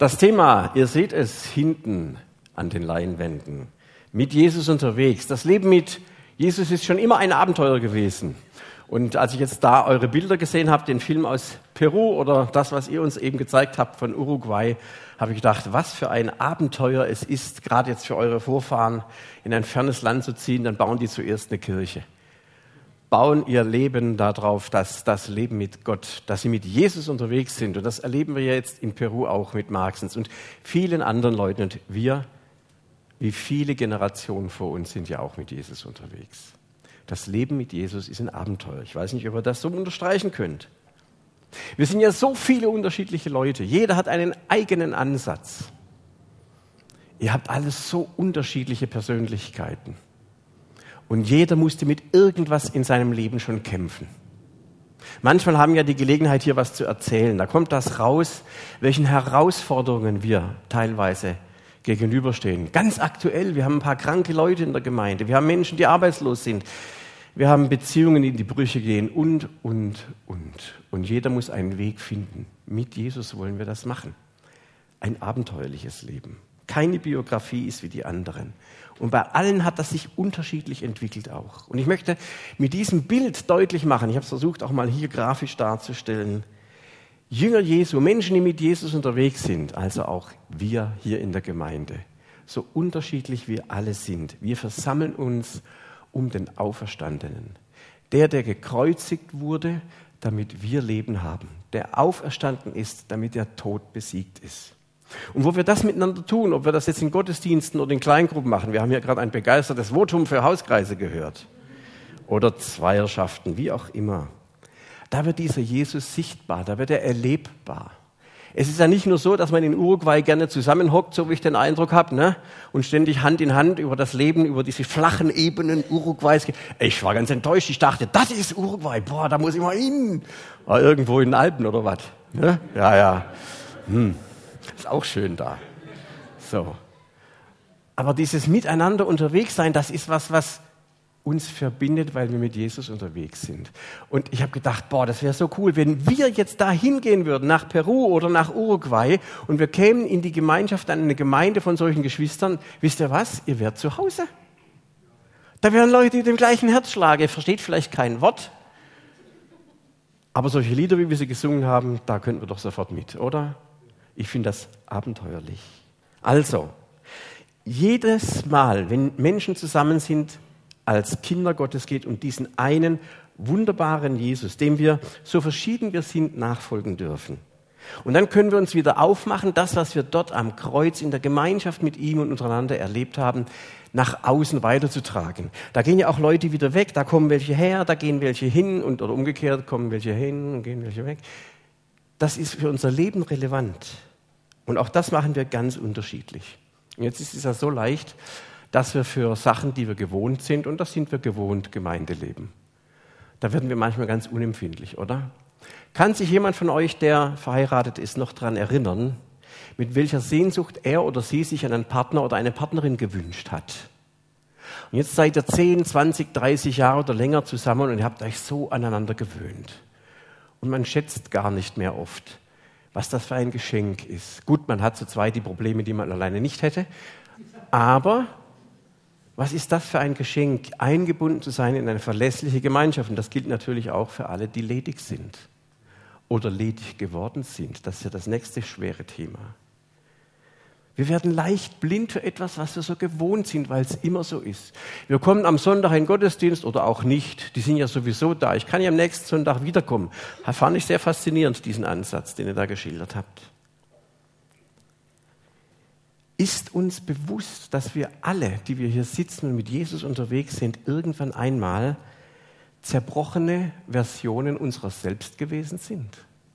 Das Thema, ihr seht es hinten an den Leinwänden, mit Jesus unterwegs. Das Leben mit Jesus ist schon immer ein Abenteuer gewesen. Und als ich jetzt da eure Bilder gesehen habe, den Film aus Peru oder das, was ihr uns eben gezeigt habt von Uruguay, habe ich gedacht, was für ein Abenteuer es ist, gerade jetzt für eure Vorfahren in ein fernes Land zu ziehen, dann bauen die zuerst eine Kirche. Bauen ihr Leben darauf, dass das Leben mit Gott, dass sie mit Jesus unterwegs sind. Und das erleben wir ja jetzt in Peru auch mit Marxens und vielen anderen Leuten. Und wir, wie viele Generationen vor uns, sind ja auch mit Jesus unterwegs. Das Leben mit Jesus ist ein Abenteuer. Ich weiß nicht, ob ihr das so unterstreichen könnt. Wir sind ja so viele unterschiedliche Leute. Jeder hat einen eigenen Ansatz. Ihr habt alles so unterschiedliche Persönlichkeiten. Und jeder musste mit irgendwas in seinem Leben schon kämpfen. Manchmal haben wir die Gelegenheit, hier was zu erzählen. Da kommt das raus, welchen Herausforderungen wir teilweise gegenüberstehen. Ganz aktuell, wir haben ein paar kranke Leute in der Gemeinde. Wir haben Menschen, die arbeitslos sind. Wir haben Beziehungen, die in die Brüche gehen und. Und jeder muss einen Weg finden. Mit Jesus wollen wir das machen. Ein abenteuerliches Leben. Keine Biografie ist wie die anderen. Und bei allen hat das sich unterschiedlich entwickelt auch. Und ich möchte mit diesem Bild deutlich machen, ich habe es versucht auch mal hier grafisch darzustellen, Jünger Jesu, Menschen, die mit Jesus unterwegs sind, also auch wir hier in der Gemeinde, so unterschiedlich wir alle sind, wir versammeln uns um den Auferstandenen. Der gekreuzigt wurde, damit wir Leben haben. Der auferstanden ist, damit der Tod besiegt ist. Und wo wir das miteinander tun, ob wir das jetzt in Gottesdiensten oder in Kleingruppen machen, wir haben hier gerade ein begeistertes Votum für Hauskreise gehört oder Zweierschaften, wie auch immer, da wird dieser Jesus sichtbar, da wird er erlebbar. Es ist ja nicht nur so, dass man in Uruguay gerne zusammenhockt, so wie ich den Eindruck habe, ne? Und ständig Hand in Hand über das Leben, über diese flachen Ebenen Uruguays. Ich war ganz enttäuscht, ich dachte, das ist Uruguay, boah, da muss ich mal hin. War irgendwo in den Alpen oder was? Ne? Ja. Ist auch schön da. So. Aber dieses Miteinander unterwegs sein, das ist was uns verbindet, weil wir mit Jesus unterwegs sind. Und ich habe gedacht, das wäre so cool, wenn wir jetzt da hingehen würden, nach Peru oder nach Uruguay, und wir kämen in die Gemeinschaft, an eine Gemeinde von solchen Geschwistern. Wisst ihr was? Ihr wärt zu Hause. Da wären Leute mit dem gleichen Herzschlag. Ihr versteht vielleicht kein Wort. Aber solche Lieder, wie wir sie gesungen haben, da könnten wir doch sofort mit, oder? Ich finde das abenteuerlich. Also, jedes Mal, wenn Menschen zusammen sind, als Kinder Gottes geht und diesen einen wunderbaren Jesus, dem wir, so verschieden wir sind, nachfolgen dürfen. Und dann können wir uns wieder aufmachen, das, was wir dort am Kreuz in der Gemeinschaft mit ihm und untereinander erlebt haben, nach außen weiterzutragen. Da gehen ja auch Leute wieder weg, da kommen welche her, da gehen welche hin oder umgekehrt kommen welche hin und gehen welche weg. Das ist für unser Leben relevant. Und auch das machen wir ganz unterschiedlich. Und jetzt ist es ja so leicht, dass wir für Sachen, die wir gewohnt sind, und das sind wir gewohnt, Gemeindeleben. Da werden wir manchmal ganz unempfindlich, oder? Kann sich jemand von euch, der verheiratet ist, noch daran erinnern, mit welcher Sehnsucht er oder sie sich einen Partner oder eine Partnerin gewünscht hat? Und jetzt seid ihr 10, 20, 30 Jahre oder länger zusammen und ihr habt euch so aneinander gewöhnt. Und man schätzt gar nicht mehr oft, was das für ein Geschenk ist. Gut, man hat zu zweit die Probleme, die man alleine nicht hätte, aber was ist das für ein Geschenk, eingebunden zu sein in eine verlässliche Gemeinschaft? Und das gilt natürlich auch für alle, die ledig sind oder ledig geworden sind. Das ist ja das nächste schwere Thema. Wir werden leicht blind für etwas, was wir so gewohnt sind, weil es immer so ist. Wir kommen am Sonntag in den Gottesdienst oder auch nicht. Die sind ja sowieso da. Ich kann ja am nächsten Sonntag wiederkommen. Das fand ich sehr faszinierend, diesen Ansatz, den ihr da geschildert habt. Ist uns bewusst, dass wir alle, die wir hier sitzen und mit Jesus unterwegs sind, irgendwann einmal zerbrochene Versionen unserer selbst gewesen sind?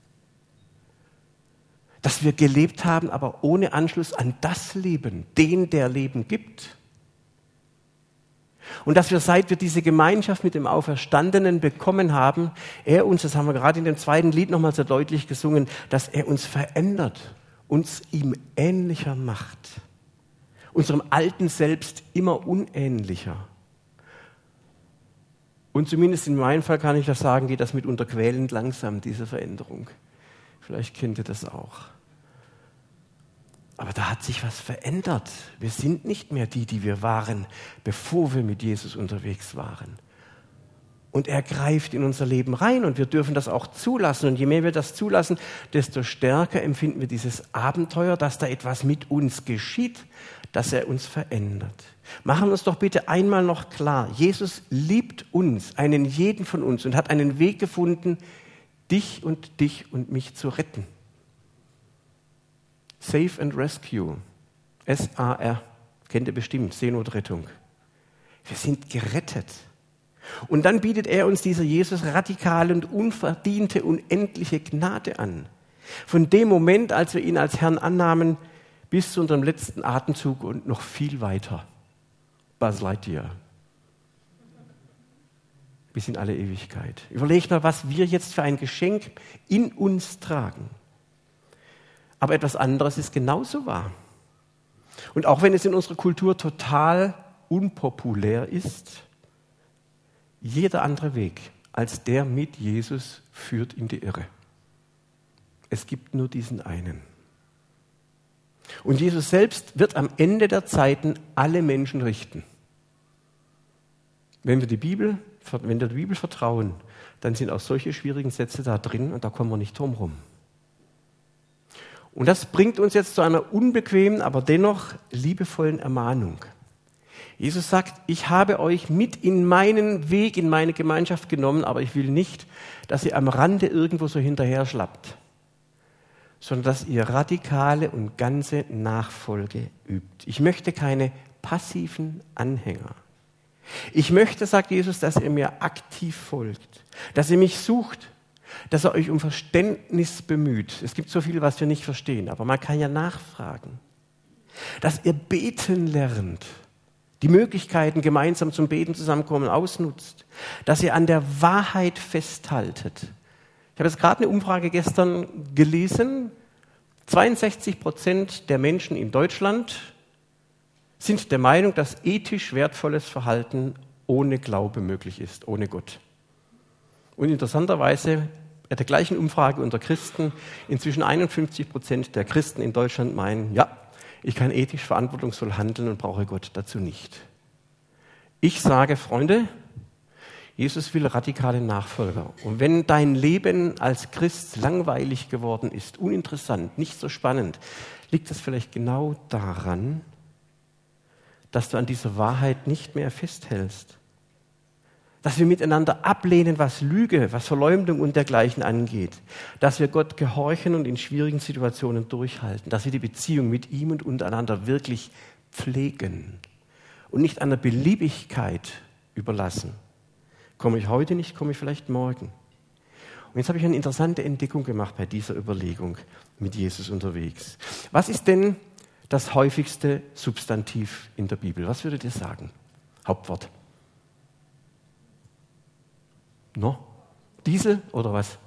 Dass wir gelebt haben, aber ohne Anschluss an das Leben, den der Leben gibt. Und dass wir, seit wir diese Gemeinschaft mit dem Auferstandenen bekommen haben, er uns, das haben wir gerade in dem zweiten Lied nochmal so deutlich gesungen, dass er uns verändert, uns ihm ähnlicher macht. Unserem alten Selbst immer unähnlicher. Und zumindest in meinem Fall kann ich das sagen, geht das mitunter quälend langsam, diese Veränderung. Vielleicht kennt ihr das auch. da hat sich was verändert. Wir sind nicht mehr die wir waren, bevor wir mit Jesus unterwegs waren. Und er greift in unser Leben rein und wir dürfen das auch zulassen. Und je mehr wir das zulassen, desto stärker empfinden wir dieses Abenteuer, dass da etwas mit uns geschieht, dass er uns verändert. Machen wir uns doch bitte einmal noch klar, Jesus liebt uns, einen jeden von uns und hat einen Weg gefunden, dich und mich zu retten. Save and Rescue, SAR, kennt ihr bestimmt, Seenotrettung. Wir sind gerettet. Und dann bietet er uns, dieser Jesus, radikale und unverdiente, unendliche Gnade an. Von dem Moment, als wir ihn als Herrn annahmen, bis zu unserem letzten Atemzug und noch viel weiter. Buzz Lightyear. Bis in alle Ewigkeit. Überlegt mal, was wir jetzt für ein Geschenk in uns tragen. Aber etwas anderes ist genauso wahr. Und auch wenn es in unserer Kultur total unpopulär ist, jeder andere Weg als der mit Jesus führt in die Irre. Es gibt nur diesen einen. Und Jesus selbst wird am Ende der Zeiten alle Menschen richten. Wenn wir der Bibel vertrauen, dann sind auch solche schwierigen Sätze da drin und da kommen wir nicht drum rum. Und das bringt uns jetzt zu einer unbequemen, aber dennoch liebevollen Ermahnung. Jesus sagt, ich habe euch mit in meinen Weg, in meine Gemeinschaft genommen, aber ich will nicht, dass ihr am Rande irgendwo so hinterher schlappt, sondern dass ihr radikale und ganze Nachfolge übt. Ich möchte keine passiven Anhänger. Ich möchte, sagt Jesus, dass ihr mir aktiv folgt, dass ihr mich sucht, dass ihr euch um Verständnis bemüht. Es gibt so viel, was wir nicht verstehen, aber man kann ja nachfragen. Dass ihr beten lernt, die Möglichkeiten, gemeinsam zum Beten zusammenkommen, ausnutzt. Dass ihr an der Wahrheit festhaltet. Ich habe jetzt gerade eine Umfrage gestern gelesen. 62% der Menschen in Deutschland sind der Meinung, dass ethisch wertvolles Verhalten ohne Glaube möglich ist, ohne Gott. Und interessanterweise, bei der gleichen Umfrage unter Christen, inzwischen 51% der Christen in Deutschland meinen, ja, ich kann ethisch verantwortungsvoll handeln und brauche Gott dazu nicht. Ich sage, Freunde, Jesus will radikale Nachfolger. Und wenn dein Leben als Christ langweilig geworden ist, uninteressant, nicht so spannend, liegt das vielleicht genau daran, dass du an dieser Wahrheit nicht mehr festhältst. Dass wir miteinander ablehnen, was Lüge, was Verleumdung und dergleichen angeht. Dass wir Gott gehorchen und in schwierigen Situationen durchhalten. Dass wir die Beziehung mit ihm und untereinander wirklich pflegen und nicht einer Beliebigkeit überlassen. Komme ich heute nicht, komme ich vielleicht morgen. Und jetzt habe ich eine interessante Entdeckung gemacht bei dieser Überlegung mit Jesus unterwegs. Was ist denn das häufigste Substantiv in der Bibel? Was würdet ihr sagen? Hauptwort. No? Diesel oder was?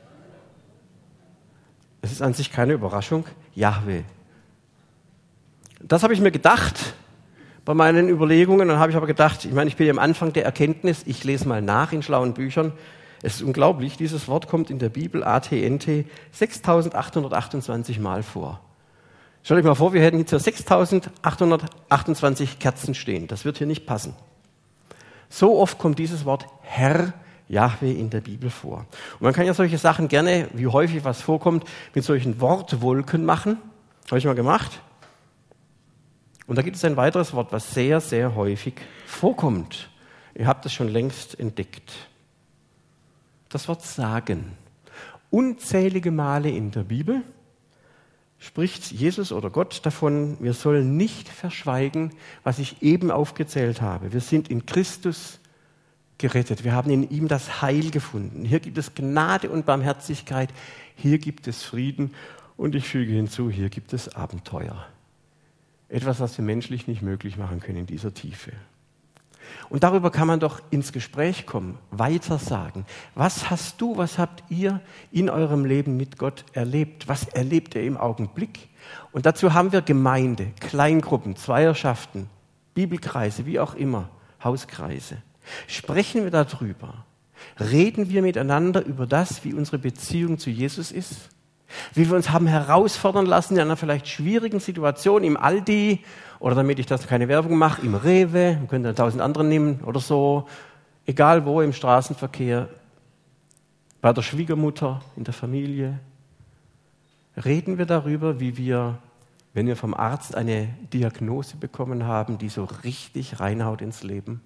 Es ist an sich keine Überraschung. Jahwe. Das habe ich mir gedacht bei meinen Überlegungen. Dann habe ich aber gedacht, ich bin ja am Anfang der Erkenntnis, ich lese mal nach in schlauen Büchern. Es ist unglaublich, dieses Wort kommt in der Bibel, ATNT, 6.828 Mal vor. Stellt euch mal vor, wir hätten jetzt hier 6.828 Kerzen stehen. Das wird hier nicht passen. So oft kommt dieses Wort Herr, Jahwe in der Bibel vor. Und man kann ja solche Sachen gerne, wie häufig was vorkommt, mit solchen Wortwolken machen. Habe ich mal gemacht. Und da gibt es ein weiteres Wort, was sehr, sehr häufig vorkommt. Ihr habt es schon längst entdeckt. Das Wort sagen. Unzählige Male in der Bibel spricht Jesus oder Gott davon, wir sollen nicht verschweigen, was ich eben aufgezählt habe. Wir sind in Christus gerettet. Wir haben in ihm das Heil gefunden. Hier gibt es Gnade und Barmherzigkeit. Hier gibt es Frieden. Und ich füge hinzu, hier gibt es Abenteuer. Etwas, was wir menschlich nicht möglich machen können in dieser Tiefe. Und darüber kann man doch ins Gespräch kommen, weiter sagen. Was hast du, was habt ihr in eurem Leben mit Gott erlebt? Was erlebt ihr im Augenblick? Und dazu haben wir Gemeinde, Kleingruppen, Zweierschaften, Bibelkreise, wie auch immer, Hauskreise. Sprechen wir darüber? Reden wir miteinander über das, wie unsere Beziehung zu Jesus ist? Wie wir uns haben herausfordern lassen in einer vielleicht schwierigen Situation im Aldi oder damit ich das keine Werbung mache, im Rewe, man könnte 1000 andere nehmen oder so, egal wo, im Straßenverkehr, bei der Schwiegermutter, in der Familie. Reden wir darüber, wie wir, wenn wir vom Arzt eine Diagnose bekommen haben, die so richtig reinhaut ins Leben,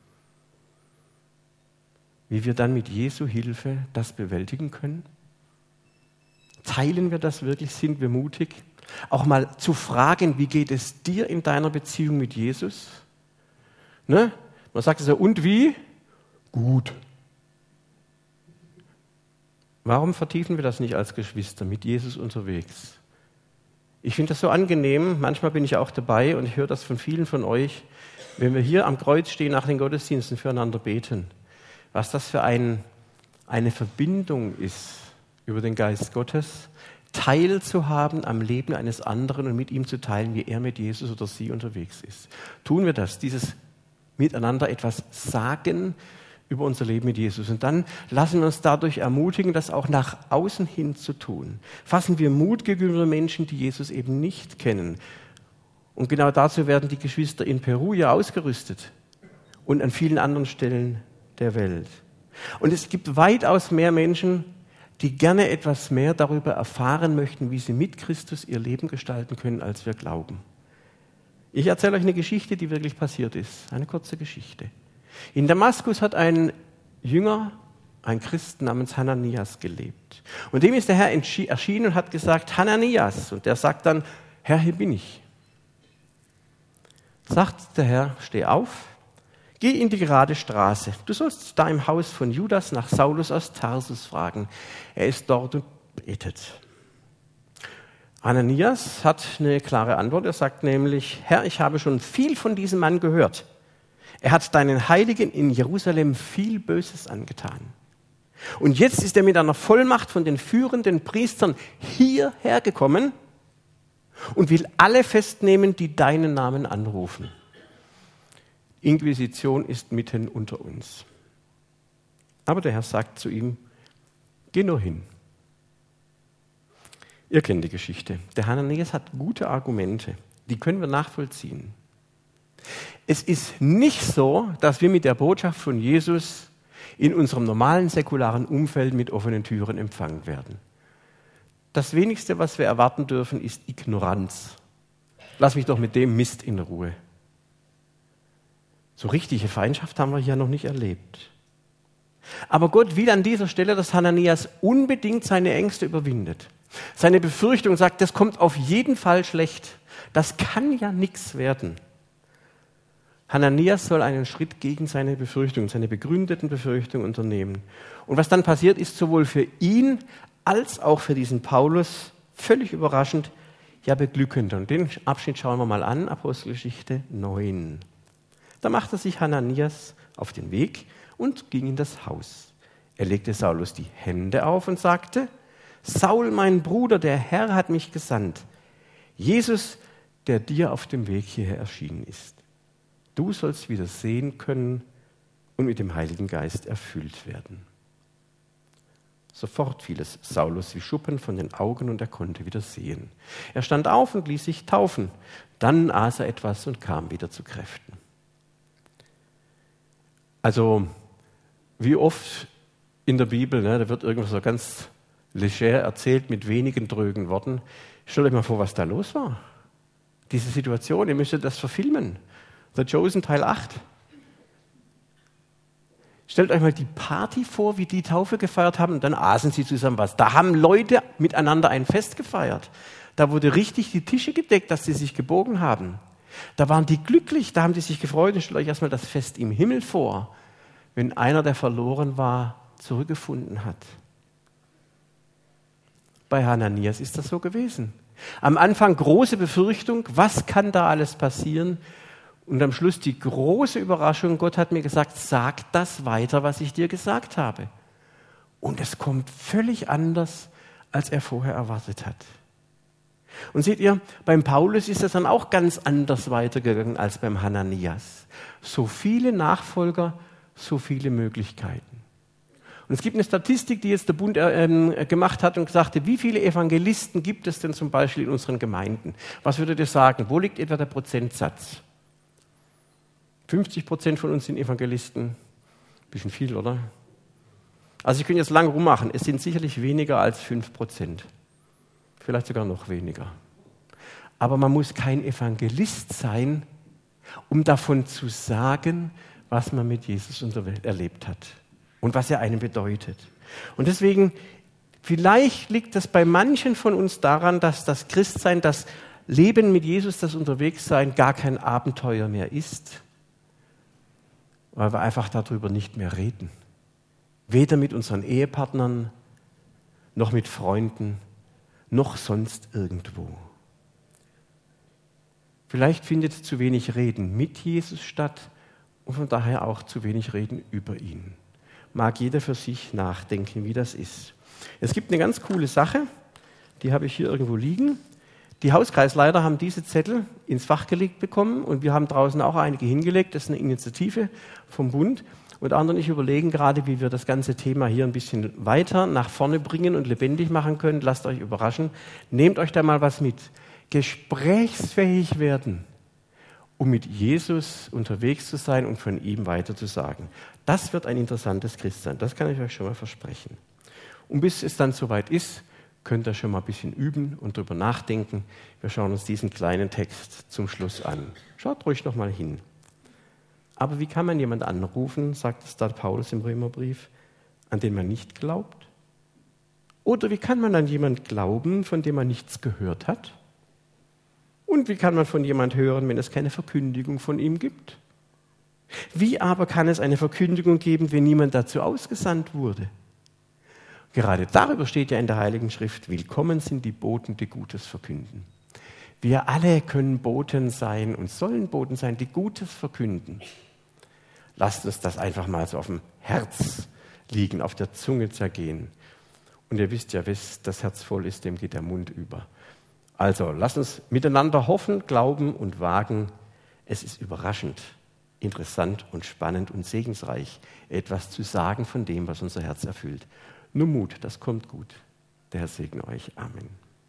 wie wir dann mit Jesu Hilfe das bewältigen können? Teilen wir das wirklich? Sind wir mutig? Auch mal zu fragen, wie geht es dir in deiner Beziehung mit Jesus? Ne? Man sagt so, und wie? Gut. Warum vertiefen wir das nicht als Geschwister mit Jesus unterwegs? Ich finde das so angenehm, manchmal bin ich auch dabei und ich höre das von vielen von euch, wenn wir hier am Kreuz stehen nach den Gottesdiensten füreinander beten, was das für eine Verbindung ist über den Geist Gottes, teilzuhaben am Leben eines anderen und mit ihm zu teilen, wie er mit Jesus oder sie unterwegs ist. Tun wir das, dieses miteinander etwas sagen über unser Leben mit Jesus. Und dann lassen wir uns dadurch ermutigen, das auch nach außen hin zu tun. Fassen wir Mut gegenüber Menschen, die Jesus eben nicht kennen. Und genau dazu werden die Geschwister in Peru ja ausgerüstet und an vielen anderen Stellen der Welt. Und es gibt weitaus mehr Menschen, die gerne etwas mehr darüber erfahren möchten, wie sie mit Christus ihr Leben gestalten können, als wir glauben. Ich erzähle euch eine Geschichte, die wirklich passiert ist. Eine kurze Geschichte. In Damaskus hat ein Jünger, ein Christ namens Hananias gelebt. Und dem ist der Herr erschienen und hat gesagt, Hananias. Und der sagt dann, Herr, hier bin ich. Sagt der Herr, steh auf, geh in die gerade Straße. Du sollst da im Haus von Judas nach Saulus aus Tarsus fragen. Er ist dort und betet. Hananias hat eine klare Antwort. Er sagt nämlich, Herr, ich habe schon viel von diesem Mann gehört. Er hat deinen Heiligen in Jerusalem viel Böses angetan. Und jetzt ist er mit einer Vollmacht von den führenden Priestern hierher gekommen und will alle festnehmen, die deinen Namen anrufen. Inquisition ist mitten unter uns. Aber der Herr sagt zu ihm, geh nur hin. Ihr kennt die Geschichte. Der Hananias hat gute Argumente, die können wir nachvollziehen. Es ist nicht so, dass wir mit der Botschaft von Jesus in unserem normalen säkularen Umfeld mit offenen Türen empfangen werden. Das Wenigste, was wir erwarten dürfen, ist Ignoranz. Lass mich doch mit dem Mist in Ruhe. So richtige Feindschaft haben wir hier noch nicht erlebt. Aber Gott will an dieser Stelle, dass Hananias unbedingt seine Ängste überwindet. Seine Befürchtung sagt, das kommt auf jeden Fall schlecht. Das kann ja nichts werden. Hananias soll einen Schritt gegen seine Befürchtungen, seine begründeten Befürchtungen unternehmen. Und was dann passiert, ist sowohl für ihn als auch für diesen Paulus völlig überraschend, ja beglückend. Und den Abschnitt schauen wir mal an, Apostelgeschichte 9. Da machte sich Hananias auf den Weg und ging in das Haus. Er legte Saulus die Hände auf und sagte, Saul, mein Bruder, der Herr hat mich gesandt. Jesus, der dir auf dem Weg hierher erschienen ist. Du sollst wieder sehen können und mit dem Heiligen Geist erfüllt werden. Sofort fiel es Saulus wie Schuppen von den Augen und er konnte wieder sehen. Er stand auf und ließ sich taufen. Dann aß er etwas und kam wieder zu Kräften. Also, wie oft in der Bibel, da wird irgendwas so ganz leger erzählt mit wenigen drögen Worten. Stellt euch mal vor, was da los war. Diese Situation, ihr müsstet das verfilmen. The Chosen Teil 8. Stellt euch mal die Party vor, wie die Taufe gefeiert haben und dann aßen sie zusammen was. Da haben Leute miteinander ein Fest gefeiert. Da wurde richtig die Tische gedeckt, dass sie sich gebogen haben. Da waren die glücklich, da haben die sich gefreut. Und stellt euch erstmal das Fest im Himmel vor, wenn einer, der verloren war, zurückgefunden hat. Bei Hananias ist das so gewesen. Am Anfang große Befürchtung, was kann da alles passieren? Und am Schluss die große Überraschung, Gott hat mir gesagt, sag das weiter, was ich dir gesagt habe. Und es kommt völlig anders, als er vorher erwartet hat. Und seht ihr, beim Paulus ist es dann auch ganz anders weitergegangen als beim Hananias. So viele Nachfolger, so viele Möglichkeiten. Und es gibt eine Statistik, die jetzt der Bund gemacht hat und gesagt hat, wie viele Evangelisten gibt es denn zum Beispiel in unseren Gemeinden? Was würdet ihr sagen? Wo liegt etwa der Prozentsatz? 50% von uns sind Evangelisten. Bisschen viel, oder? Also ich könnte jetzt lang rummachen. Es sind sicherlich weniger als 5%. Vielleicht sogar noch weniger. Aber man muss kein Evangelist sein, um davon zu sagen, was man mit Jesus erlebt hat und was er einem bedeutet. Und deswegen, vielleicht liegt das bei manchen von uns daran, dass das Christsein, das Leben mit Jesus, das Unterwegssein gar kein Abenteuer mehr ist, weil wir einfach darüber nicht mehr reden. Weder mit unseren Ehepartnern, noch mit Freunden, noch sonst irgendwo. Vielleicht findet zu wenig Reden mit Jesus statt und von daher auch zu wenig Reden über ihn. Mag jeder für sich nachdenken, wie das ist. Es gibt eine ganz coole Sache, die habe ich hier irgendwo liegen. Die Hauskreisleiter haben diese Zettel ins Fach gelegt bekommen und wir haben draußen auch einige hingelegt. Das ist eine Initiative vom Bund. Und Arne und ich überlegen gerade, wie wir das ganze Thema hier ein bisschen weiter nach vorne bringen und lebendig machen können. Lasst euch überraschen. Nehmt euch da mal was mit. Gesprächsfähig werden, um mit Jesus unterwegs zu sein und von ihm weiter zu sagen. Das wird ein interessantes Christsein. Das kann ich euch schon mal versprechen. Und bis es dann soweit ist, könnt ihr schon mal ein bisschen üben und darüber nachdenken. Wir schauen uns diesen kleinen Text zum Schluss an. Schaut ruhig noch mal hin. Aber wie kann man jemanden anrufen, sagt es da Paulus im Römerbrief, an den man nicht glaubt? Oder wie kann man an jemanden glauben, von dem man nichts gehört hat? Und wie kann man von jemandem hören, wenn es keine Verkündigung von ihm gibt? Wie aber kann es eine Verkündigung geben, wenn niemand dazu ausgesandt wurde? Gerade darüber steht ja in der Heiligen Schrift, willkommen sind die Boten, die Gutes verkünden. Wir alle können Boten sein und sollen Boten sein, die Gutes verkünden. Lasst uns das einfach mal so auf dem Herz liegen, auf der Zunge zergehen. Und ihr wisst ja, bis das Herz voll ist, dem geht der Mund über. Also, lasst uns miteinander hoffen, glauben und wagen. Es ist überraschend, interessant und spannend und segensreich, etwas zu sagen von dem, was unser Herz erfüllt. Nur Mut, das kommt gut. Der Herr segne euch. Amen.